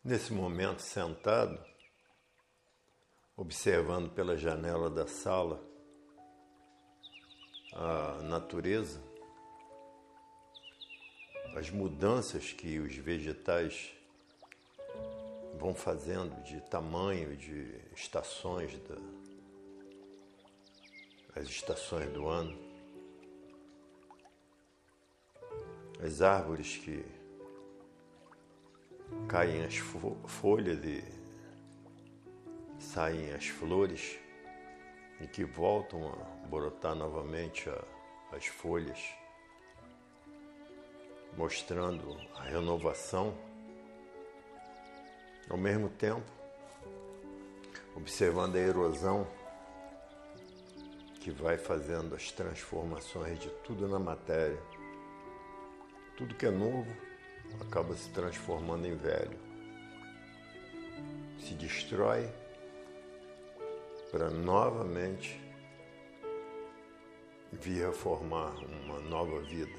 Nesse momento, sentado, observando pela janela da sala a natureza, as mudanças que os vegetais vão fazendo de tamanho, de estações, as estações do ano, as árvores que caem as folhas e saem as flores e que voltam a brotar novamente as folhas, mostrando a renovação. Ao mesmo tempo, observando a erosão que vai fazendo as transformações de tudo na matéria. Tudo que é novo acaba se transformando em velho. Se destrói para novamente vir a formar uma nova vida.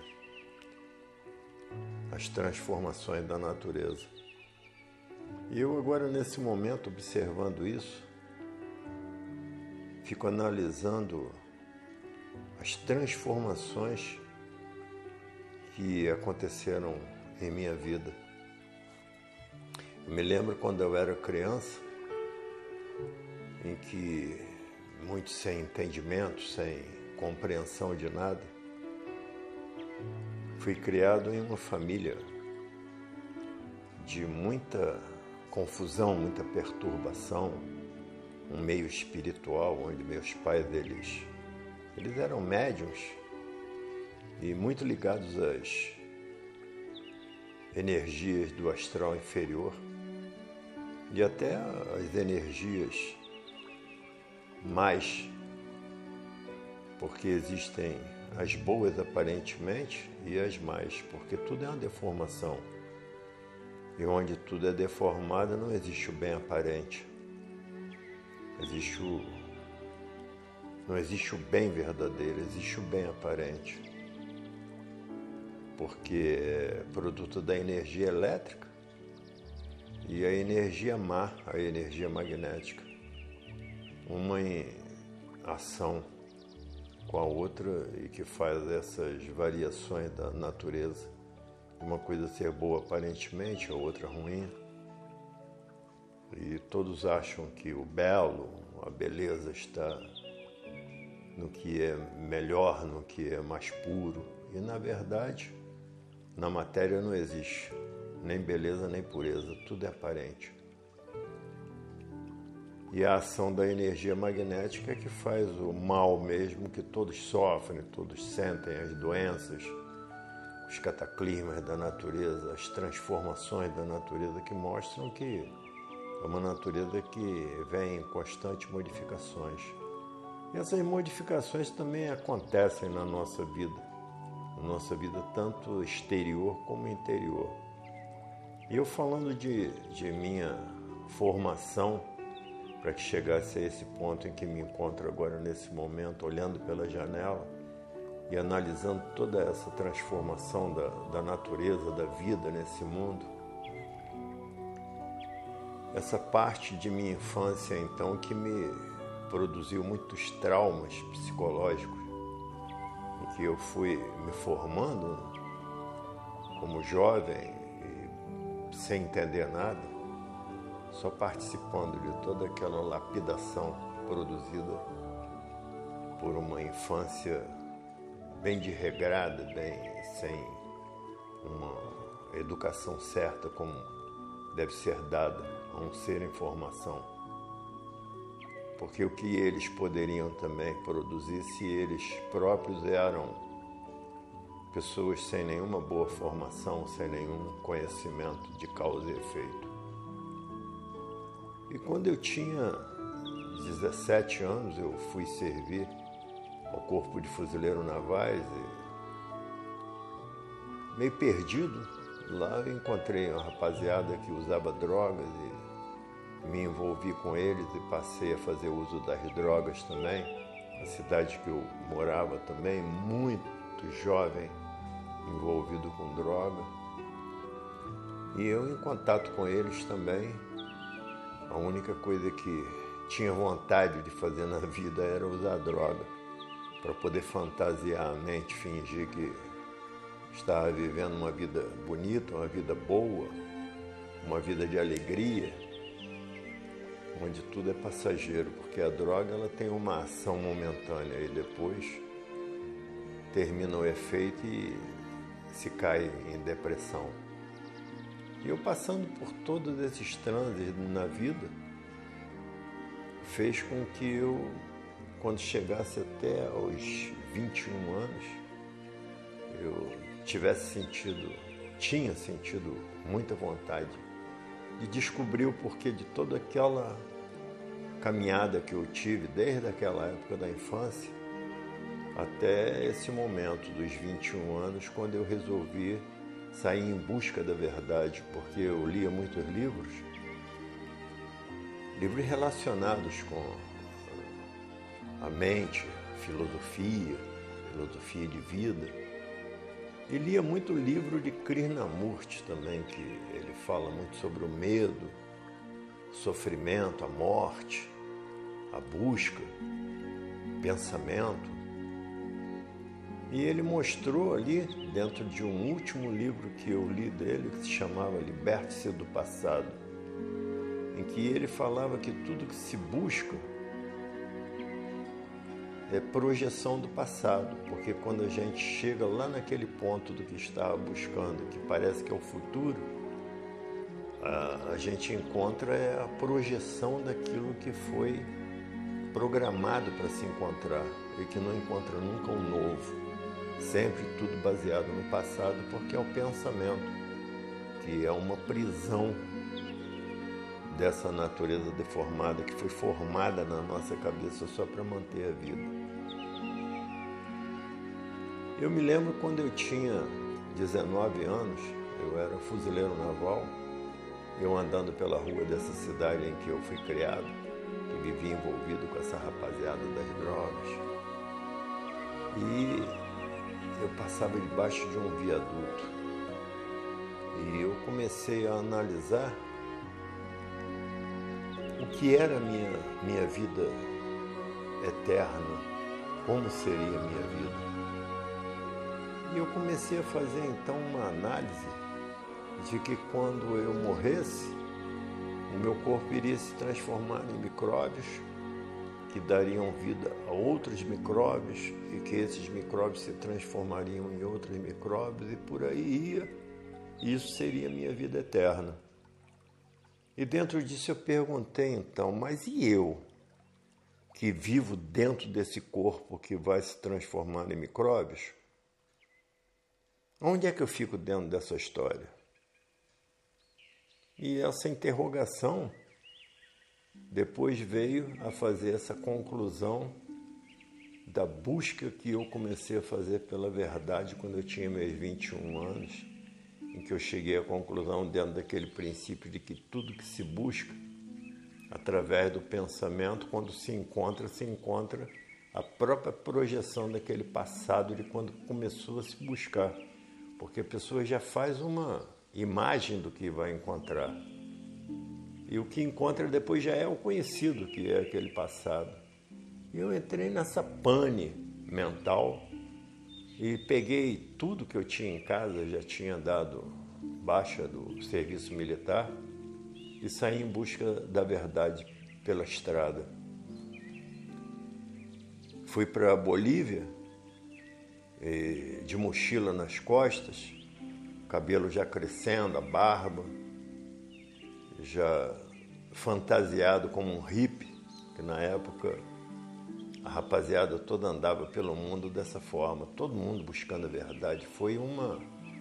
As transformações da natureza. E eu agora, nesse momento, observando isso, fico analisando as transformações que aconteceram em minha vida. Eu me lembro quando eu era criança, em que, muito sem entendimento, sem compreensão de nada, fui criado em uma família de muita confusão, muita perturbação, um meio espiritual, onde meus pais, eles eram médiuns e muito ligados às energias do astral inferior e até às energias mais, porque existem as boas aparentemente e as mais, porque tudo é uma deformação. E onde tudo é deformado não existe o bem aparente. Não existe o bem verdadeiro, existe o bem aparente. Porque é produto da energia elétrica e a energia má, a energia magnética. Uma em ação com a outra e que faz essas variações da natureza. Uma coisa ser boa aparentemente, a outra ruim. E todos acham que o belo, a beleza está no que é melhor, no que é mais puro. E na verdade, na matéria não existe nem beleza nem pureza, tudo é aparente. E a ação da energia magnética é que faz o mal mesmo, que todos sofrem, todos sentem as doenças, os cataclismas da natureza, as transformações da natureza que mostram que é uma natureza que vem em constantes modificações. E essas modificações também acontecem na nossa vida tanto exterior como interior. E eu falando de minha formação, para que chegasse a esse ponto em que me encontro agora nesse momento, olhando pela janela, e analisando toda essa transformação da natureza, da vida nesse mundo. Essa parte de minha infância, então, que me produziu muitos traumas psicológicos, em que eu fui me formando como jovem, e sem entender nada, só participando de toda aquela lapidação produzida por uma infância bem desregrada, bem sem uma educação certa como deve ser dada a um ser em formação. Porque o que eles poderiam também produzir se eles próprios eram pessoas sem nenhuma boa formação, sem nenhum conhecimento de causa e efeito. E quando eu tinha 17 anos, eu fui servir ao Corpo de Fuzileiro Navais e, meio perdido, lá eu encontrei uma rapaziada que usava drogas e me envolvi com eles e passei a fazer uso das drogas também. A cidade que eu morava também, muito jovem, envolvido com droga. E eu, em contato com eles também, a única coisa que tinha vontade de fazer na vida era usar droga, para poder fantasiar a mente, fingir que estava vivendo uma vida bonita, uma vida boa, uma vida de alegria, onde tudo é passageiro, porque a droga ela tem uma ação momentânea e depois termina o efeito e se cai em depressão. E eu, passando por todos esses transes na vida, fez com que eu, quando chegasse até aos 21 anos, eu tinha sentido muita vontade de descobrir o porquê de toda aquela caminhada que eu tive desde aquela época da infância até esse momento dos 21 anos, quando eu resolvi sair em busca da verdade, porque eu lia muitos livros relacionados com a mente, filosofia de vida. E lia muito livro de Krishnamurti também, que ele fala muito sobre o medo, o sofrimento, a morte, a busca, o pensamento. E ele mostrou ali, dentro de um último livro que eu li dele, que se chamava Liberte-se do Passado, em que ele falava que tudo que se busca é projeção do passado, porque quando a gente chega lá naquele ponto do que estava buscando, que parece que é o futuro, a gente encontra a projeção daquilo que foi programado para se encontrar e que não encontra nunca um novo. Sempre tudo baseado no passado, porque é o pensamento, que é uma prisão dessa natureza deformada que foi formada na nossa cabeça só para manter a vida. Eu me lembro quando eu tinha 19 anos, eu era fuzileiro naval, eu andando pela rua dessa cidade em que eu fui criado, que vivia envolvido com essa rapaziada das drogas, e eu passava debaixo de um viaduto e eu comecei a analisar o que era a minha vida eterna, como seria a minha vida. E eu comecei a fazer então uma análise de que quando eu morresse, o meu corpo iria se transformar em micróbios que dariam vida a outros micróbios e que esses micróbios se transformariam em outros micróbios e por aí ia. E isso seria a minha vida eterna. E dentro disso eu perguntei então, mas e eu, que vivo dentro desse corpo que vai se transformar em micróbios? Onde é que eu fico dentro dessa história? E essa interrogação depois veio a fazer essa conclusão da busca que eu comecei a fazer pela verdade quando eu tinha meus 21 anos, em que eu cheguei à conclusão, dentro daquele princípio de que tudo que se busca, através do pensamento, quando se encontra a própria projeção daquele passado de quando começou a se buscar. Porque a pessoa já faz uma imagem do que vai encontrar. E o que encontra depois já é o conhecido, que é aquele passado. E eu entrei nessa pane mental e peguei tudo que eu tinha em casa, já tinha dado baixa do serviço militar, e saí em busca da verdade pela estrada. Fui para a Bolívia, de mochila nas costas, cabelo já crescendo, a barba, já fantasiado como um hippie, que na época a rapaziada toda andava pelo mundo dessa forma, todo mundo buscando a verdade. Foi uma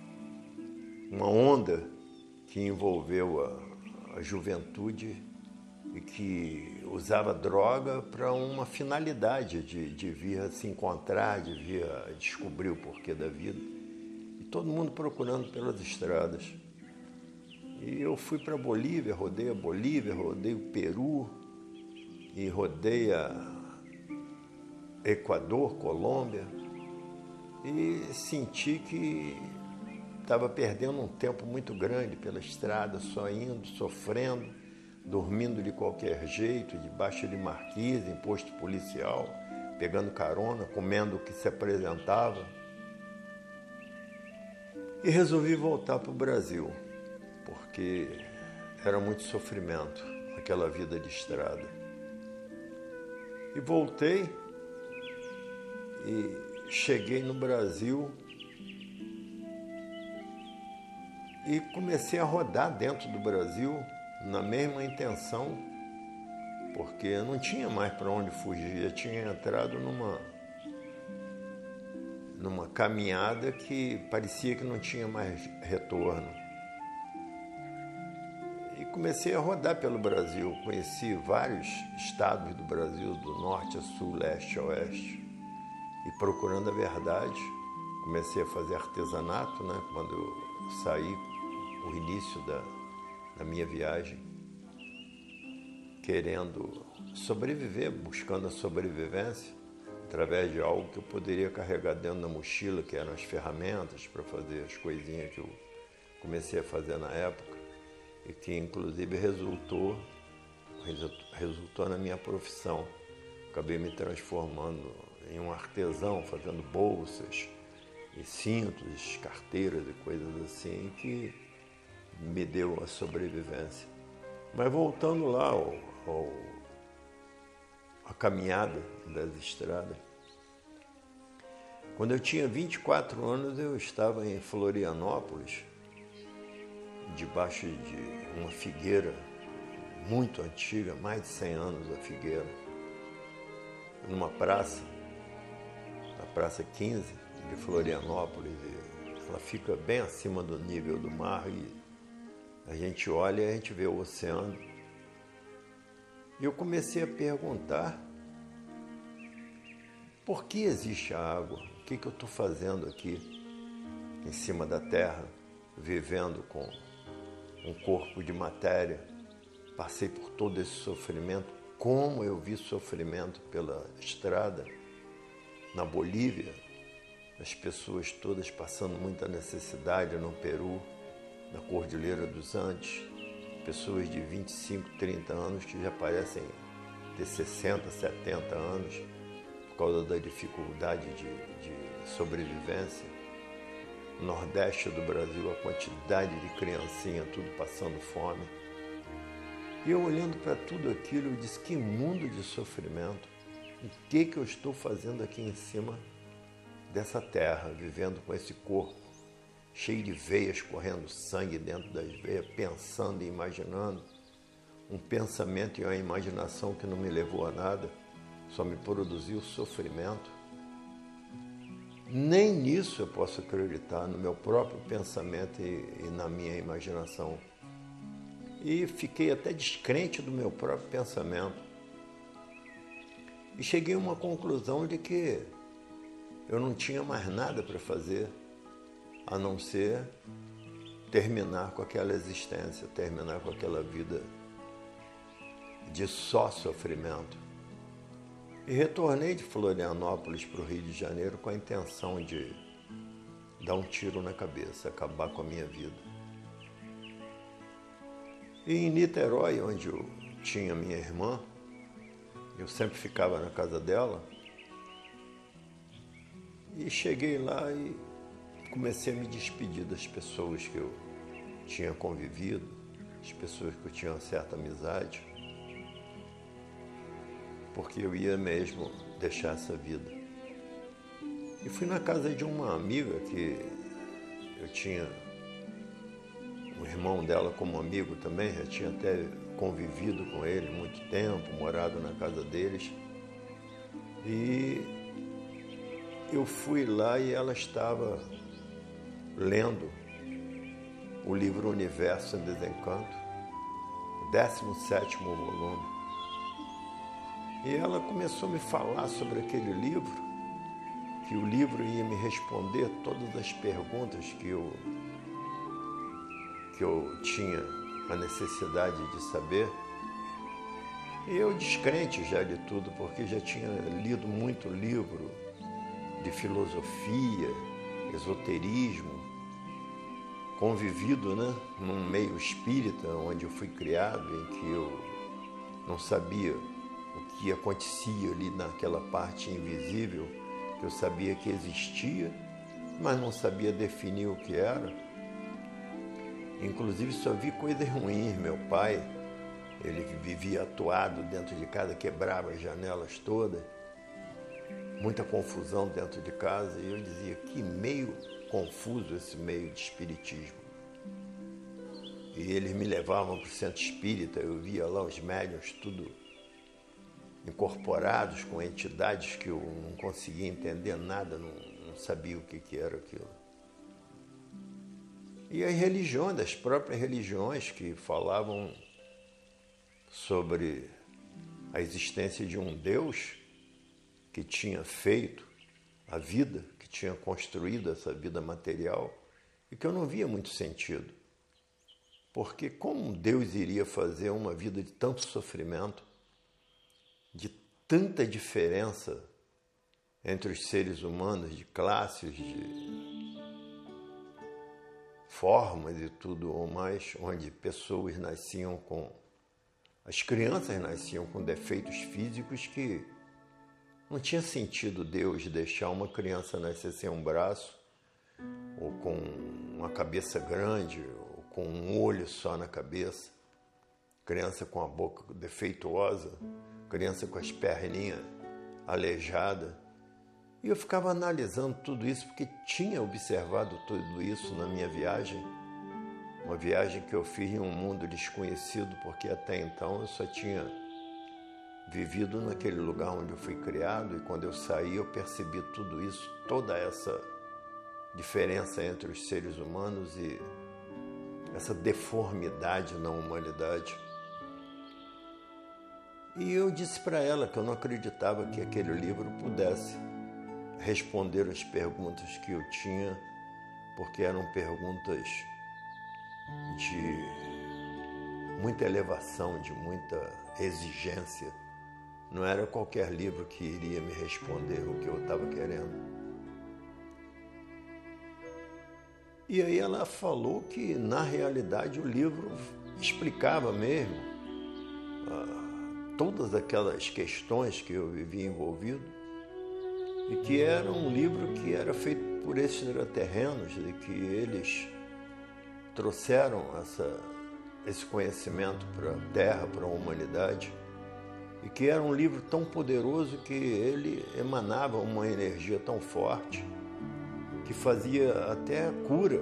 onda que envolveu a juventude e que usava droga para uma finalidade de vir a se encontrar, de vir a descobrir o porquê da vida. E todo mundo procurando pelas estradas. E eu fui para a Bolívia, rodei o Peru e rodei Equador, Colômbia, e senti que estava perdendo um tempo muito grande pela estrada, só indo, sofrendo, dormindo de qualquer jeito, debaixo de marquise, em posto policial, pegando carona, comendo o que se apresentava. E resolvi voltar para o Brasil, porque era muito sofrimento aquela vida de estrada. E voltei e cheguei no Brasil e comecei a rodar dentro do Brasil na mesma intenção, porque não tinha mais para onde fugir. Eu tinha entrado numa caminhada que parecia que não tinha mais retorno. E comecei a rodar pelo Brasil. Conheci vários estados do Brasil, do norte a sul, leste a oeste. E procurando a verdade, comecei a fazer artesanato, né? Quando eu saí, o início da minha viagem, querendo sobreviver, buscando a sobrevivência, através de algo que eu poderia carregar dentro da mochila, que eram as ferramentas para fazer as coisinhas que eu comecei a fazer na época, e que inclusive resultou na minha profissão. Acabei me transformando em um artesão, fazendo bolsas e cintos, carteiras e coisas assim, que me deu a sobrevivência. Mas voltando lá a caminhada das estradas. Quando eu tinha 24 anos, eu estava em Florianópolis, debaixo de uma figueira muito antiga, mais de 100 anos a figueira, numa praça, na Praça 15 de Florianópolis. Ela fica bem acima do nível do mar e a gente olha e a gente vê o oceano. E eu comecei a perguntar: por que existe a água? O que eu estou fazendo aqui, em cima da terra, vivendo com um corpo de matéria? Passei por todo esse sofrimento. Como eu vi sofrimento pela estrada, na Bolívia, as pessoas todas passando muita necessidade no Peru, na Cordilheira dos Andes, pessoas de 25, 30 anos que já parecem ter 60, 70 anos por causa da dificuldade de sobrevivência. No Nordeste do Brasil, a quantidade de criancinha, tudo passando fome. E eu olhando para tudo aquilo, eu disse: que mundo de sofrimento. O que eu estou fazendo aqui em cima dessa terra, vivendo com esse corpo cheio de veias, correndo sangue dentro das veias, pensando e imaginando. Um pensamento e uma imaginação que não me levou a nada, só me produziu sofrimento. Nem nisso eu posso acreditar, no meu próprio pensamento e na minha imaginação. E fiquei até descrente do meu próprio pensamento. E cheguei a uma conclusão de que eu não tinha mais nada para fazer, a não ser terminar com aquela existência, terminar com aquela vida de só sofrimento. E retornei de Florianópolis para o Rio de Janeiro com a intenção de dar um tiro na cabeça, acabar com a minha vida. E em Niterói, onde eu tinha minha irmã, eu sempre ficava na casa dela, e cheguei lá e comecei a me despedir das pessoas que eu tinha convivido, as pessoas que eu tinha uma certa amizade, porque eu ia mesmo deixar essa vida. E fui na casa de uma amiga que eu tinha o irmão dela como amigo também, já tinha até convivido com ele muito tempo, morado na casa deles. E eu fui lá e ela estava lendo o livro Universo em Desencanto, 17º volume. E ela começou a me falar sobre aquele livro, que o livro ia me responder todas as perguntas que eu tinha a necessidade de saber. E eu descrente já de tudo, porque já tinha lido muito livro de filosofia, esoterismo, convivido, né, num meio espírita, onde eu fui criado, em que eu não sabia o que acontecia ali naquela parte invisível, que eu sabia que existia, mas não sabia definir o que era. Inclusive só vi coisas ruins. Meu pai, ele vivia atuado dentro de casa, quebrava as janelas todas, muita confusão dentro de casa, e eu dizia, que meio confuso esse meio de espiritismo. E eles me levavam para o centro espírita, eu via lá os médiuns tudo incorporados com entidades que eu não conseguia entender nada, não sabia o que era aquilo. E as religiões, as próprias religiões que falavam sobre a existência de um Deus que tinha feito a vida, que tinha construído essa vida material, e que eu não via muito sentido. Porque como Deus iria fazer uma vida de tanto sofrimento, de tanta diferença entre os seres humanos, de classes, de formas e tudo ou mais, onde pessoas nasciam com... As crianças nasciam com defeitos físicos que não tinha sentido Deus deixar uma criança nascer sem um braço, ou com uma cabeça grande, ou com um olho só na cabeça, criança com a boca defeituosa, criança com as perninhas aleijadas. E eu ficava analisando tudo isso, porque tinha observado tudo isso na minha viagem, uma viagem que eu fiz em um mundo desconhecido, porque até então eu só tinha vivido naquele lugar onde eu fui criado, e quando eu saí eu percebi tudo isso, toda essa diferença entre os seres humanos e essa deformidade na humanidade. E eu disse para ela que eu não acreditava que aquele livro pudesse responder as perguntas que eu tinha, porque eram perguntas de muita elevação, de muita exigência. Não era qualquer livro que iria me responder o que eu estava querendo. E aí ela falou que, na realidade, o livro explicava mesmo todas aquelas questões que eu vivia envolvido, e que era um livro que era feito por extraterrenos, e que eles trouxeram esse conhecimento para a Terra, para a humanidade, e que era um livro tão poderoso que ele emanava uma energia tão forte que fazia até a cura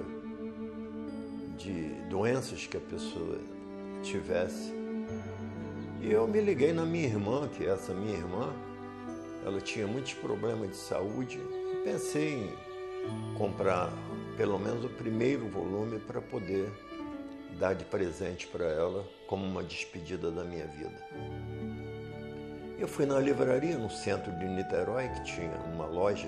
de doenças que a pessoa tivesse. E eu me liguei na minha irmã, que essa minha irmã, ela tinha muitos problemas de saúde, e pensei em comprar pelo menos o primeiro volume para poder dar de presente para ela como uma despedida da minha vida. Eu fui na livraria no centro de Niterói, que tinha uma loja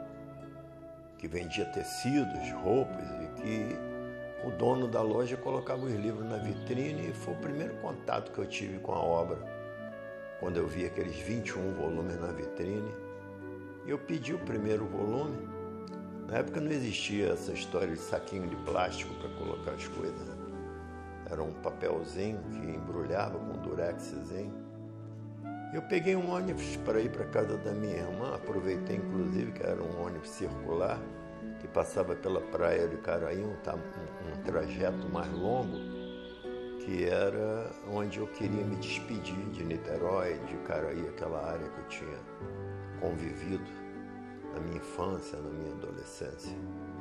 que vendia tecidos, roupas, e que o dono da loja colocava os livros na vitrine, e foi o primeiro contato que eu tive com a obra, quando eu vi aqueles 21 volumes na vitrine. Eu pedi o primeiro volume. Na época não existia essa história de saquinho de plástico para colocar as coisas. Era um papelzinho que embrulhava com durexzinho. Eu peguei um ônibus para ir para a casa da minha irmã, aproveitei inclusive que era um ônibus circular, que passava pela praia de Caraí, um trajeto mais longo, que era onde eu queria me despedir de Niterói, de Caraí, aquela área que eu tinha convivido na minha infância, na minha adolescência.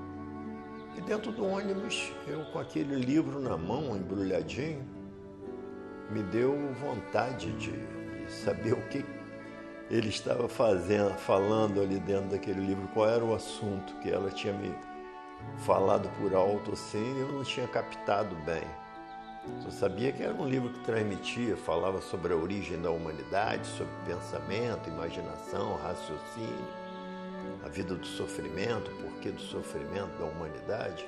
E dentro do ônibus, eu com aquele livro na mão, embrulhadinho, me deu vontade de saber o que ele estava falando ali dentro daquele livro, qual era o assunto que ela tinha me falado por alto assim, e eu não tinha captado bem. Só sabia que era um livro que transmitia, falava sobre a origem da humanidade, sobre pensamento, imaginação, raciocínio, a vida do sofrimento, o porquê do sofrimento da humanidade,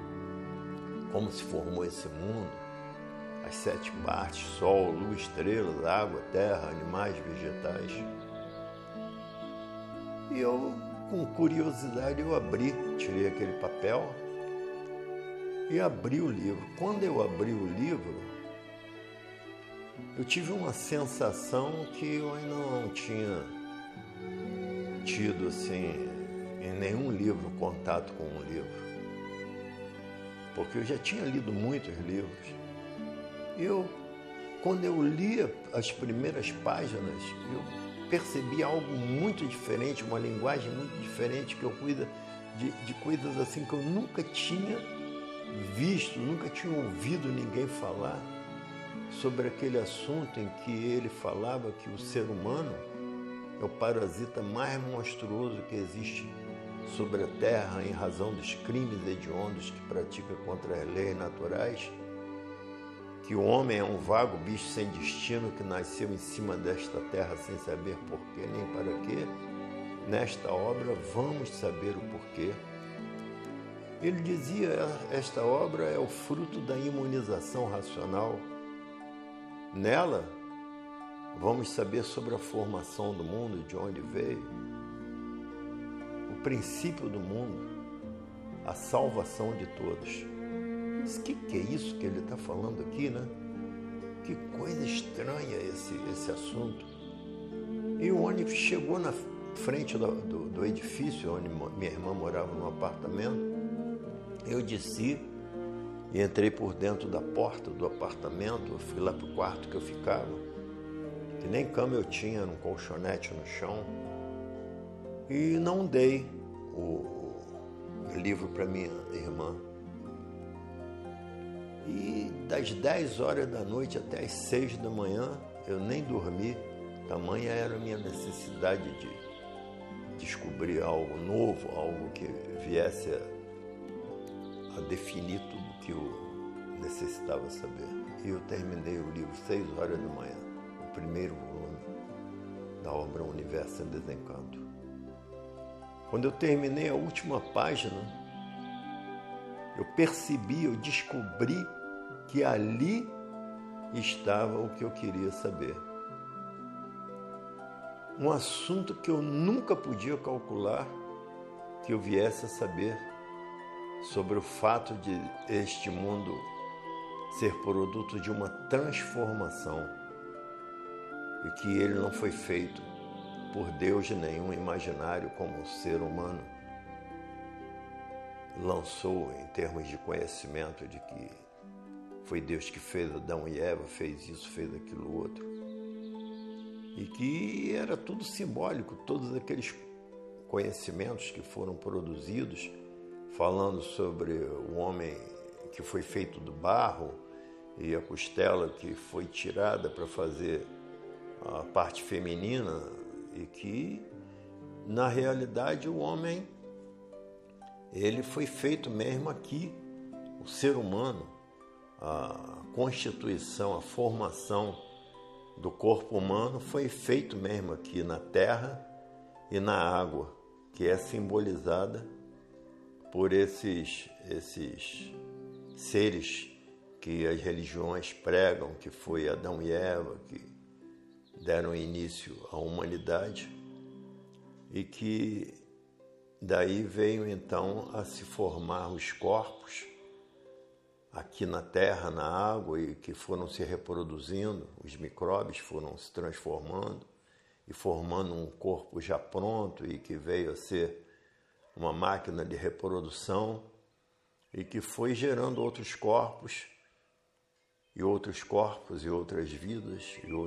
como se formou esse mundo, as 7 partes, sol, luz, estrelas, água, terra, animais, vegetais. E eu, com curiosidade, eu abri, tirei aquele papel e abri o livro. Quando eu abri o livro, eu tive uma sensação que eu ainda não tinha tido, assim, em nenhum livro, contato com um livro. Porque eu já tinha lido muitos livros. Quando eu li as primeiras páginas, eu percebi algo muito diferente, uma linguagem muito diferente, que eu cuido de coisas assim que eu nunca tinha visto, nunca tinha ouvido ninguém falar sobre aquele assunto em que ele falava que o ser humano é o parasita mais monstruoso que existe sobre a Terra em razão dos crimes hediondos que pratica contra as leis naturais, que o homem é um vago bicho sem destino que nasceu em cima desta terra sem saber porquê nem para quê. Nesta obra vamos saber o porquê. Ele dizia, esta obra é o fruto da imunização racional. Nela, vamos saber sobre a formação do mundo, de onde veio, o princípio do mundo, a salvação de todos. Mas o que é isso que ele está falando aqui, né? Que coisa estranha esse assunto. E o ônibus chegou na frente do edifício onde minha irmã morava no apartamento. Eu desci e entrei por dentro da porta do apartamento. Eu fui lá para o quarto que eu ficava, que nem cama eu tinha, num colchonete no chão. E não dei o livro para minha irmã. E das 10 horas da noite até as 6 da manhã, eu nem dormi. Tamanha era a minha necessidade de descobrir algo novo, algo que viesse a definir tudo que eu necessitava saber. E eu terminei o livro 6 horas da manhã, o primeiro volume da obra Universo em Desencanto. Quando eu terminei a última página, eu percebi, eu descobri que ali estava o que eu queria saber. Um assunto que eu nunca podia calcular que eu viesse a saber, sobre o fato de este mundo ser produto de uma transformação e que ele não foi feito por Deus de nenhum imaginário como o ser humano lançou em termos de conhecimento de que foi Deus que fez Adão e Eva, fez isso, fez aquilo outro. E que era tudo simbólico, todos aqueles conhecimentos que foram produzidos, falando sobre o homem que foi feito do barro e a costela que foi tirada para fazer a parte feminina, e que, na realidade, o homem, ele foi feito mesmo aqui, o ser humano, a constituição, a formação do corpo humano foi feito mesmo aqui na terra e na água, que é simbolizada por esses seres que as religiões pregam, que foi Adão e Eva, que deram início à humanidade e que daí veio então a se formar os corpos aqui na terra, na água, e que foram se reproduzindo, os micróbios foram se transformando e formando um corpo já pronto e que veio a ser uma máquina de reprodução e que foi gerando outros corpos e outros corpos e outras vidas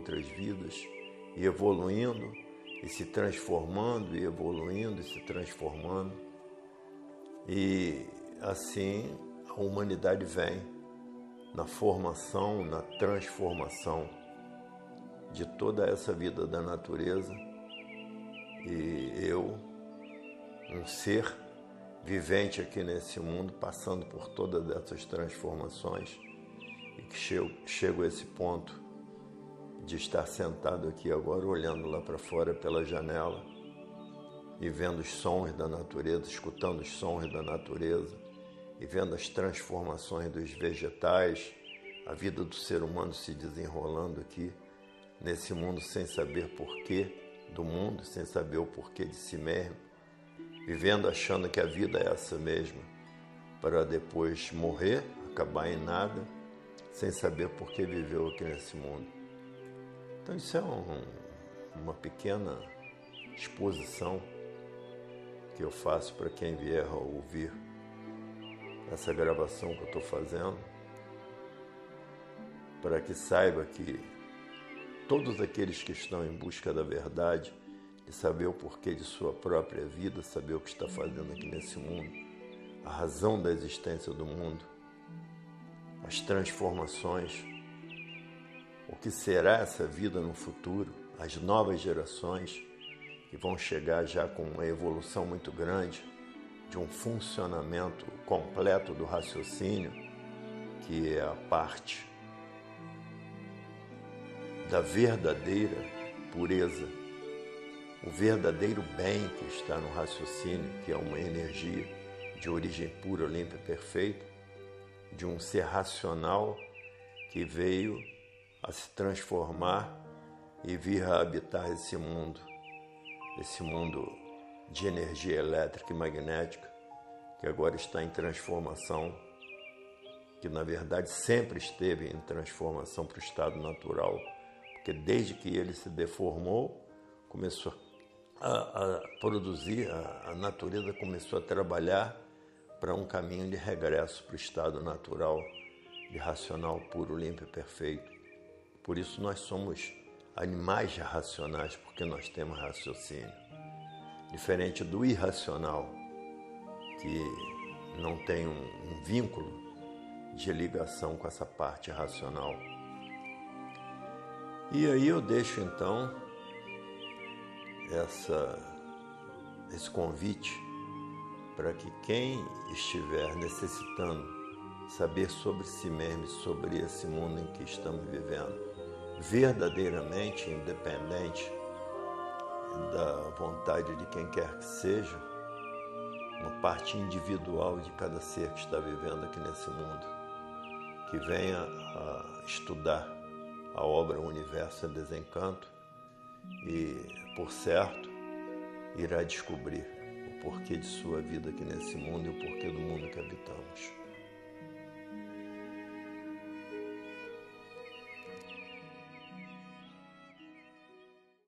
e evoluindo e se transformando e evoluindo e se transformando. E assim a humanidade vem na formação, na transformação de toda essa vida da natureza. E eu, um ser vivente aqui nesse mundo, passando por todas essas transformações, e que chego a esse ponto de estar sentado aqui agora, olhando lá para fora pela janela e vendo os sons da natureza, escutando os sons da natureza e vendo as transformações dos vegetais, a vida do ser humano se desenrolando aqui nesse mundo sem saber porquê do mundo, sem saber o porquê de si mesmo, vivendo achando que a vida é essa mesma para depois morrer, acabar em nada, sem saber por que viveu aqui nesse mundo. Então isso é uma pequena exposição que eu faço para quem vier a ouvir essa gravação que eu estou fazendo, para que saiba que todos aqueles que estão em busca da verdade, de saber o porquê de sua própria vida, saber o que está fazendo aqui nesse mundo, a razão da existência do mundo, as transformações, o que será essa vida no futuro, as novas gerações que vão chegar já com uma evolução muito grande, de um funcionamento completo do raciocínio, que é a parte da verdadeira pureza, o verdadeiro bem que está no raciocínio, que é uma energia de origem pura, limpa e perfeita, de um ser racional que veio a se transformar e vir a habitar esse mundo de energia elétrica e magnética, que agora está em transformação, que na verdade sempre esteve em transformação para o estado natural, porque desde que ele se deformou, começou a produzir, a natureza começou a trabalhar para um caminho de regresso para o estado natural, de racional puro, limpo e perfeito. Por isso nós somos animais racionais, porque nós temos raciocínio. Diferente do irracional, que não tem um vínculo de ligação com essa parte racional. E aí eu deixo então esse convite para que quem estiver necessitando saber sobre si mesmo e sobre esse mundo em que estamos vivendo, verdadeiramente independente da vontade de quem quer que seja, uma parte individual de cada ser que está vivendo aqui nesse mundo, que venha a estudar a obra O Universo em Desencanto e, por certo, irá descobrir o porquê de sua vida aqui nesse mundo e o porquê do mundo